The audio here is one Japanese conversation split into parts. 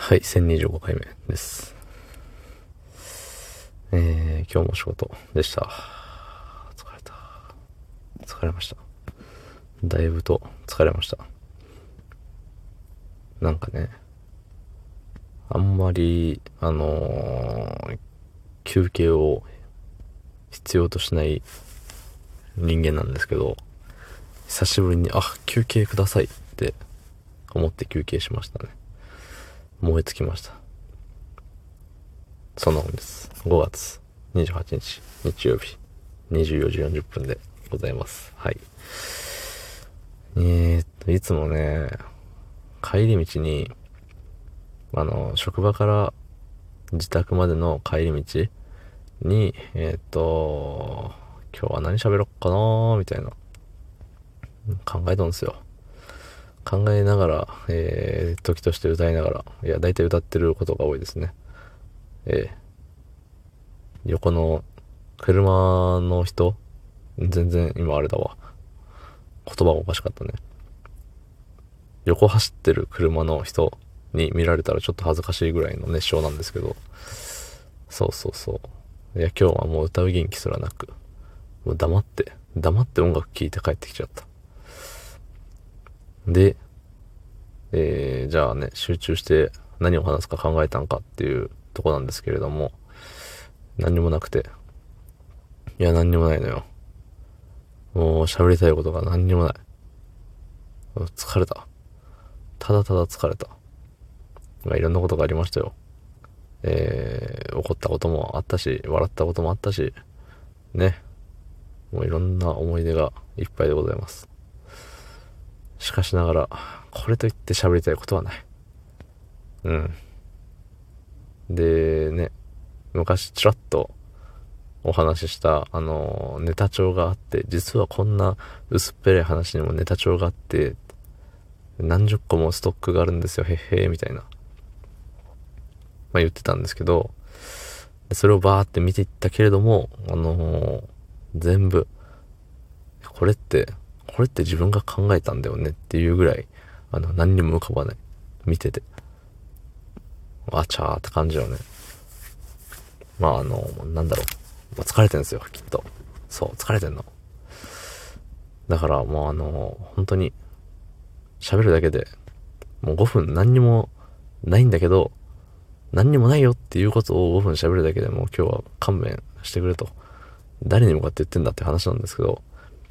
はい、1025回目です。今日も仕事でした。疲れた。疲れました。だいぶと疲れました。なんかね、あんまり、休憩を必要としない人間なんですけど、久しぶりに、休憩くださいって思って休憩しましたね。燃え尽きました。そんなもんです。5月28日、日曜日、24時40分でございます。はい。いつもね、帰り道に、職場から自宅までの帰り道に、今日は何喋ろっかなーみたいな、考えたんですよ。考えながら、時として歌いながら、いや、大体歌ってることが多いですね。横の車の人、全然今あれだわ。言葉がおかしかったね。横走ってる車の人に見られたらちょっと恥ずかしいぐらいの熱唱なんですけど、そうそうそう。いや、今日はもう歌う元気すらなく、もう黙って音楽聴いて帰ってきちゃった。で、じゃあね、集中して何を話すか考えたんかっていうとこなんですけれども、何にもなくて。いや、何にもないのよ。もう喋りたいことが何にもない。疲れた。ただただ疲れた。いろんなことがありましたよ。怒ったこともあったし、笑ったこともあったし、ね。もういろんな思い出がいっぱいでございます。しかしながら、これといって喋りたいことはない。うん。でね、昔ちらっとお話しした、ネタ帳があって、実はこんな薄っぺらい話にもネタ帳があって、何十個もストックがあるんですよ、へっへーみたいな。言ってたんですけど、それをバーって見ていったけれども、全部、これって自分が考えたんだよねっていうぐらい、何にも浮かばない。見てて。あちゃーって感じよね。なんだろう。疲れてんですよ、きっと。そう、疲れてんの。だからもう本当に、喋るだけで、もう5分何にもないんだけど、何にもないよっていうことを5分喋るだけでもう今日は勘弁してくれと。誰に向かって言ってんだって話なんですけど、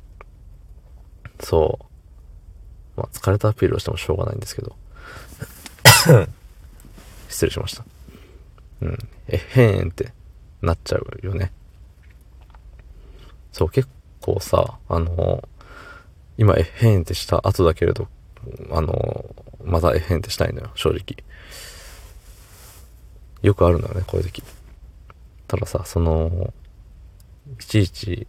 そう。疲れたアピールをしてもしょうがないんですけど。失礼しました。うん。えへーんってなっちゃうよね。そう、結構さ、今えへーんってした後だけれど、またえへんってしたいのよ、正直。よくあるのよね、こういう時。たださ、いちいち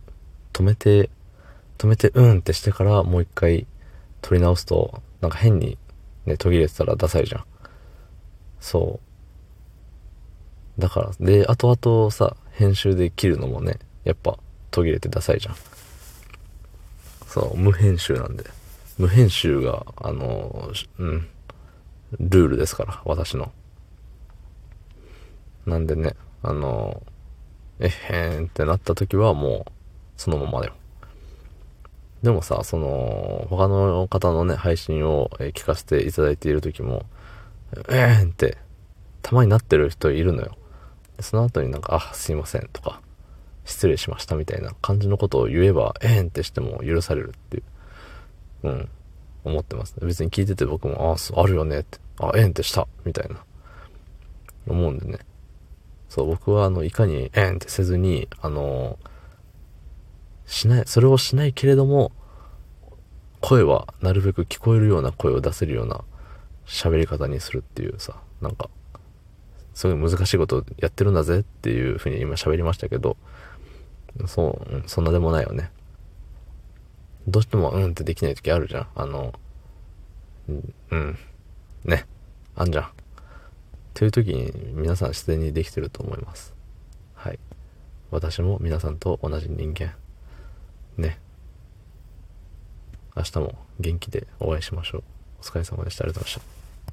止めてってしてからもう一回撮り直すと、なんか変にね、途切れてたらダサいじゃん。そう。だから、で、後々さ、編集で切るのもね、やっぱ途切れてダサいじゃん。そう、無編集なんで。無編集が、ルールですから、私の。なんでね、えへんってなった時はもう、そのままだよ。でもさ、他の方のね、配信を聞かせていただいている時も、って、たまになってる人いるのよ。その後になんか、すいませんとか、失礼しましたみたいな感じのことを言えば、ってしても許されるっていう、思ってます。別に聞いてて僕も、そうあるよねって、ってしたみたいな、思うんでね。そう、僕はいかに、ってせずに、それをしないけれども、声はなるべく聞こえるような声を出せるような喋り方にするっていうさ、なんか、すごい難しいことをやってるんだぜっていうふうに今喋りましたけど、そんなでもないよね。どうしてもってできない時あるじゃん。ね。あんじゃん。っていう時に皆さん自然にできてると思います。はい。私も皆さんと同じ人間。ね。明日も元気でお会いしましょう。お疲れ様でした。ありがとうございました。